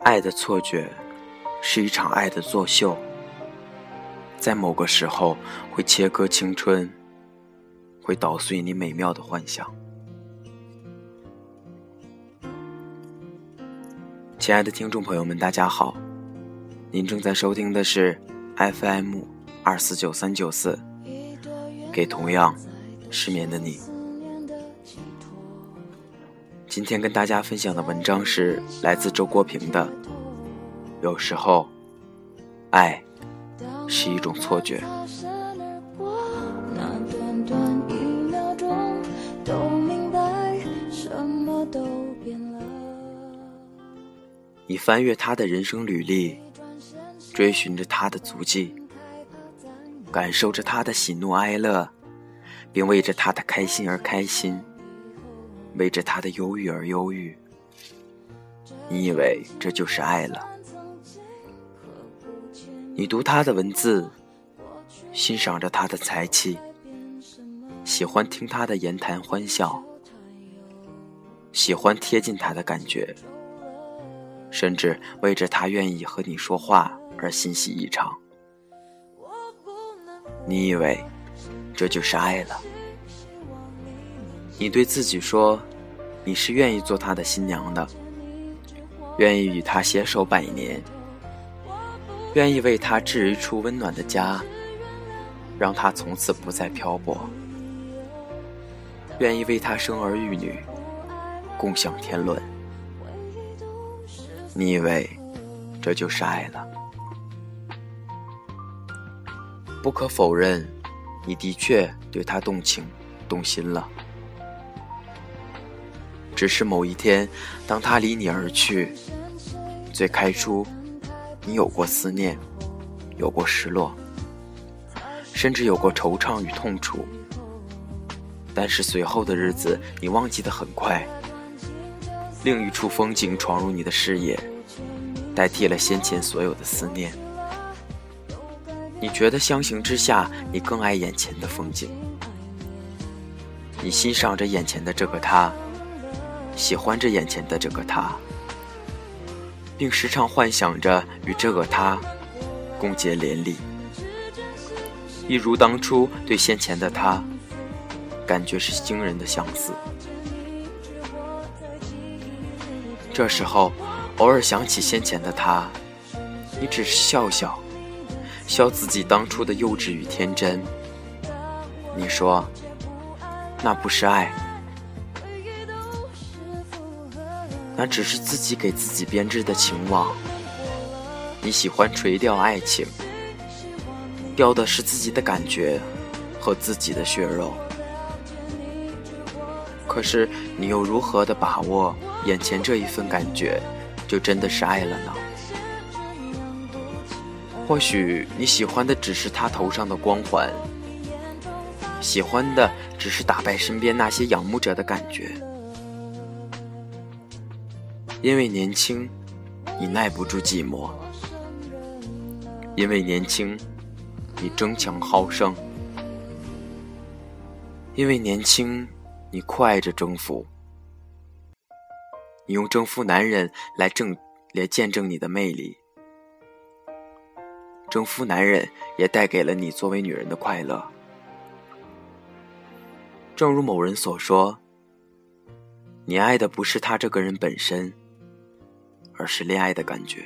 爱的错觉是一场爱的作秀，在某个时候会切割青春，会捣碎你美妙的幻想。亲爱的听众朋友们，大家好，您正在收听的是 FM249394，给同样失眠的你。今天跟大家分享的文章是来自周国平的，有时候爱是一种错觉。你翻阅他的人生履历，追寻着他的足迹，感受着他的喜怒哀乐，并为着他的开心而开心，为着他的忧郁而忧郁。你以为这就是爱了。你读他的文字，欣赏着他的才气，喜欢听他的言谈欢笑，喜欢贴近他的感觉，甚至为着他愿意和你说话而欣喜异常。你以为这就是爱了。你对自己说，你是愿意做他的新娘的，愿意与他携手100年，愿意为他置一处温暖的家，让他从此不再漂泊，愿意为他生儿育女，共享天伦。你以为这就是爱了。不可否认，你的确对他动情动心了，只是某一天当他离你而去，最开初你有过思念，有过失落，甚至有过惆怅与痛楚，但是随后的日子你忘记得很快，另一处风景闯入你的视野，代替了先前所有的思念。你觉得相形之下，你更爱眼前的风景，你欣赏着眼前的这个他，喜欢着眼前的这个他，并时常幻想着与这个他共结连理，一如当初对先前的他，感觉是惊人的相似。这时候偶尔想起先前的他，你只是笑笑，笑自己当初的幼稚与天真。你说那不是爱，那只是自己给自己编织的情网。你喜欢垂钓爱情，钓的是自己的感觉和自己的血肉。可是你又如何的把握眼前这一份感觉就真的是爱了呢？或许你喜欢的只是他头上的光环，喜欢的只是打败身边那些仰慕者的感觉。因为年轻，你耐不住寂寞；因为年轻，你争强好胜；因为年轻，你酷爱着征服。你用征服男人来见证你的魅力，征服男人也带给了你作为女人的快乐。正如某人所说，你爱的不是他这个人本身，而是恋爱的感觉。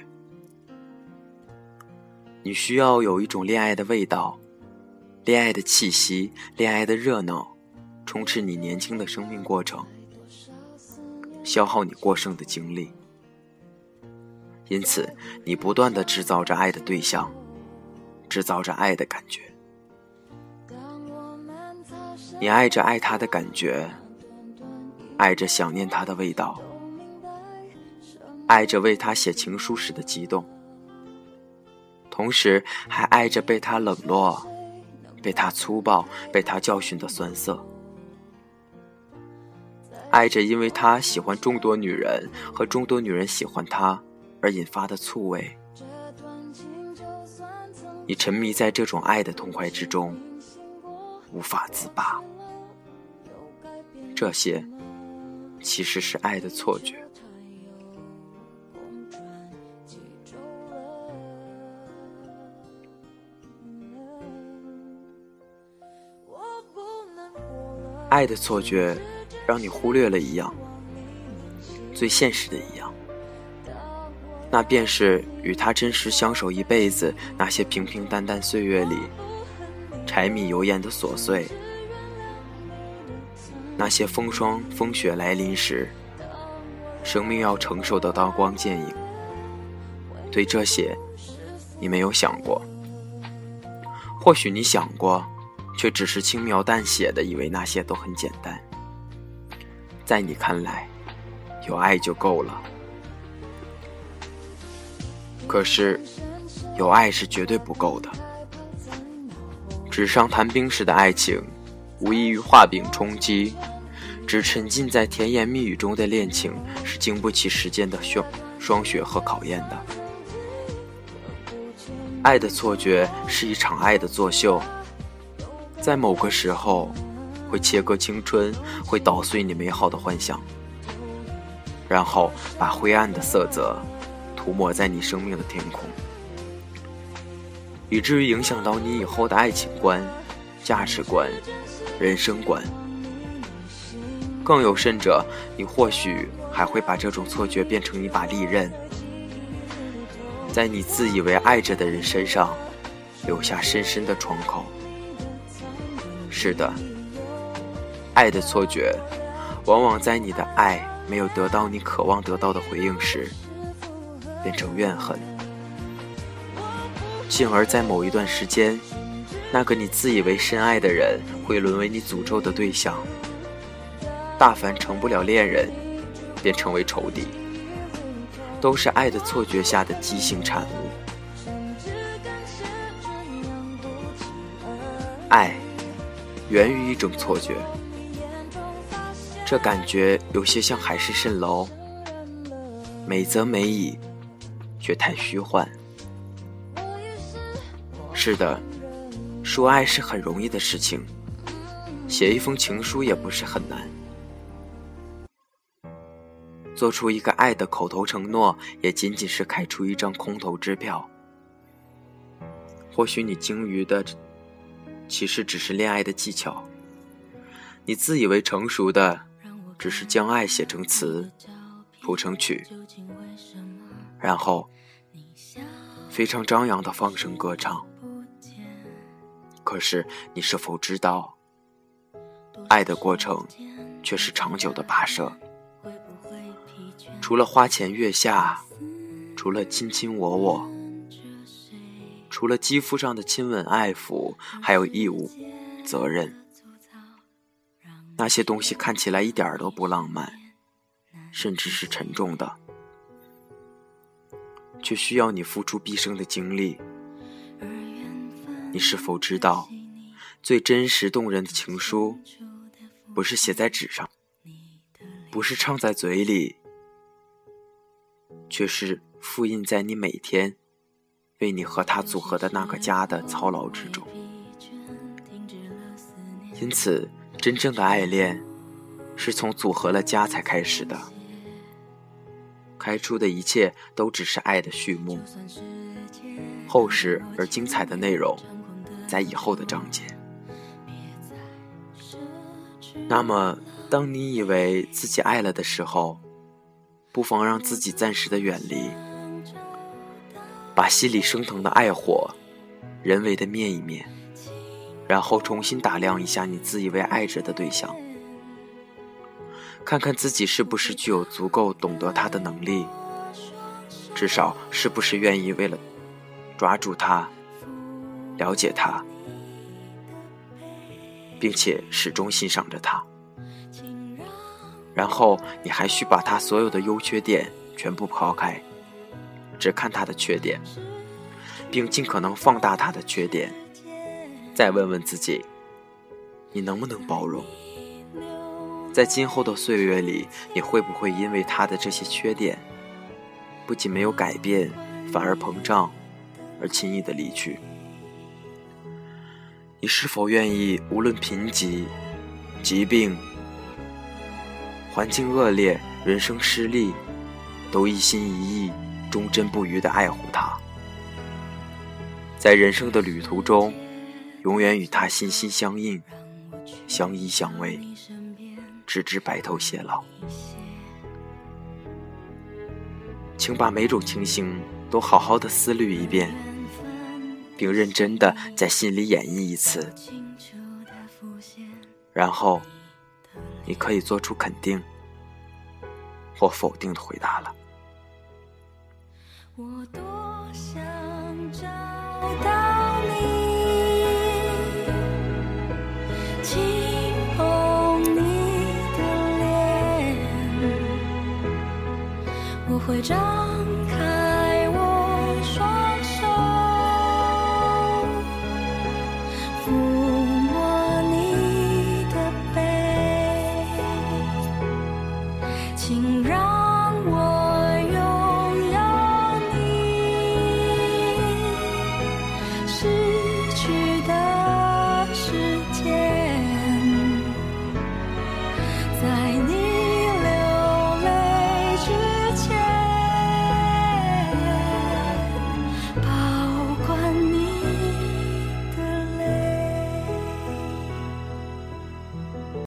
你需要有一种恋爱的味道，恋爱的气息，恋爱的热闹，充斥你年轻的生命过程，消耗你过剩的精力。因此你不断地制造着爱的对象，制造着爱的感觉。你爱着爱他的感觉，爱着想念他的味道，爱着为他写情书时的激动，同时还爱着被他冷落，被他粗暴，被他教训的酸涩。爱着因为他喜欢众多女人和众多女人喜欢他而引发的醋味。你沉迷在这种爱的痛快之中，无法自拔。这些其实是爱的错觉。 爱的错觉让你忽略了一样，最现实的一样，那便是与他真实相守一辈子那些平平淡淡岁月里柴米油盐的琐碎，那些风霜风雪来临时生命要承受的刀光剑影。对这些你没有想过，或许你想过，却只是轻描淡写的以为那些都很简单。在你看来，有爱就够了。可是，有爱是绝对不够的。纸上谈兵时的爱情，无异于画饼充饥，只沉浸在甜言蜜语中的恋情，是经不起时间的霜雪和考验的。爱的错觉是一场爱的作秀，在某个时候会切割青春，会捣碎你美好的幻想，然后把灰暗的色泽涂抹在你生命的天空，以至于影响到你以后的爱情观、价值观、人生观。更有甚者，你或许还会把这种错觉变成一把利刃，在你自以为爱着的人身上留下深深的创口。是的，爱的错觉往往在你的爱没有得到你渴望得到的回应时变成怨恨，进而在某一段时间，那个你自以为深爱的人会沦为你诅咒的对象，大凡成不了恋人便成为仇敌，都是爱的错觉下的畸形产物。爱源于一种错觉，这感觉有些像海市蜃楼，美则美矣，却太虚幻。是的，说爱是很容易的事情，写一封情书也不是很难，做出一个爱的口头承诺也仅仅是开出一张空头支票。或许你精于的其实只是恋爱的技巧，你自以为成熟的只是将爱写成词谱成曲，然后非常张扬的放声歌唱。可是你是否知道，爱的过程却是长久的跋涉，除了花前月下，除了卿卿我我，除了肌肤上的亲吻爱抚，还有义务、责任。那些东西看起来一点都不浪漫，甚至是沉重的，却需要你付出毕生的精力。你是否知道，最真实动人的情书，不是写在纸上，不是唱在嘴里，却是复印在你每天为你和他组合的那个家的操劳之中。因此，真正的爱恋是从组合了家才开始的，开出的一切都只是爱的序幕，厚实而精彩的内容在以后的章节。那么当你以为自己爱了的时候，不妨让自己暂时的远离，把心里升腾的爱火人为的灭一灭，然后重新打量一下你自以为爱着的对象，看看自己是不是具有足够懂得他的能力，至少是不是愿意为了抓住他、了解他，并且始终欣赏着他。然后你还需把他所有的优缺点全部抛开，只看他的缺点，并尽可能放大他的缺点，再问问自己，你能不能包容？在今后的岁月里，你会不会因为他的这些缺点，不仅没有改变，反而膨胀，而轻易的离去？你是否愿意无论贫瘠、疾病、环境恶劣、人生失利，都一心一意、忠贞不渝地爱护他，在人生的旅途中永远与他心心相印， 相依相偎，直至白头偕老。请把每种情形都好好的思虑一遍，并认真的在心里演绎一次，然后你可以做出肯定或否定的回答了。 我多想找到你，轻碰你的脸，我会张开我双手，抚摸你的背，请让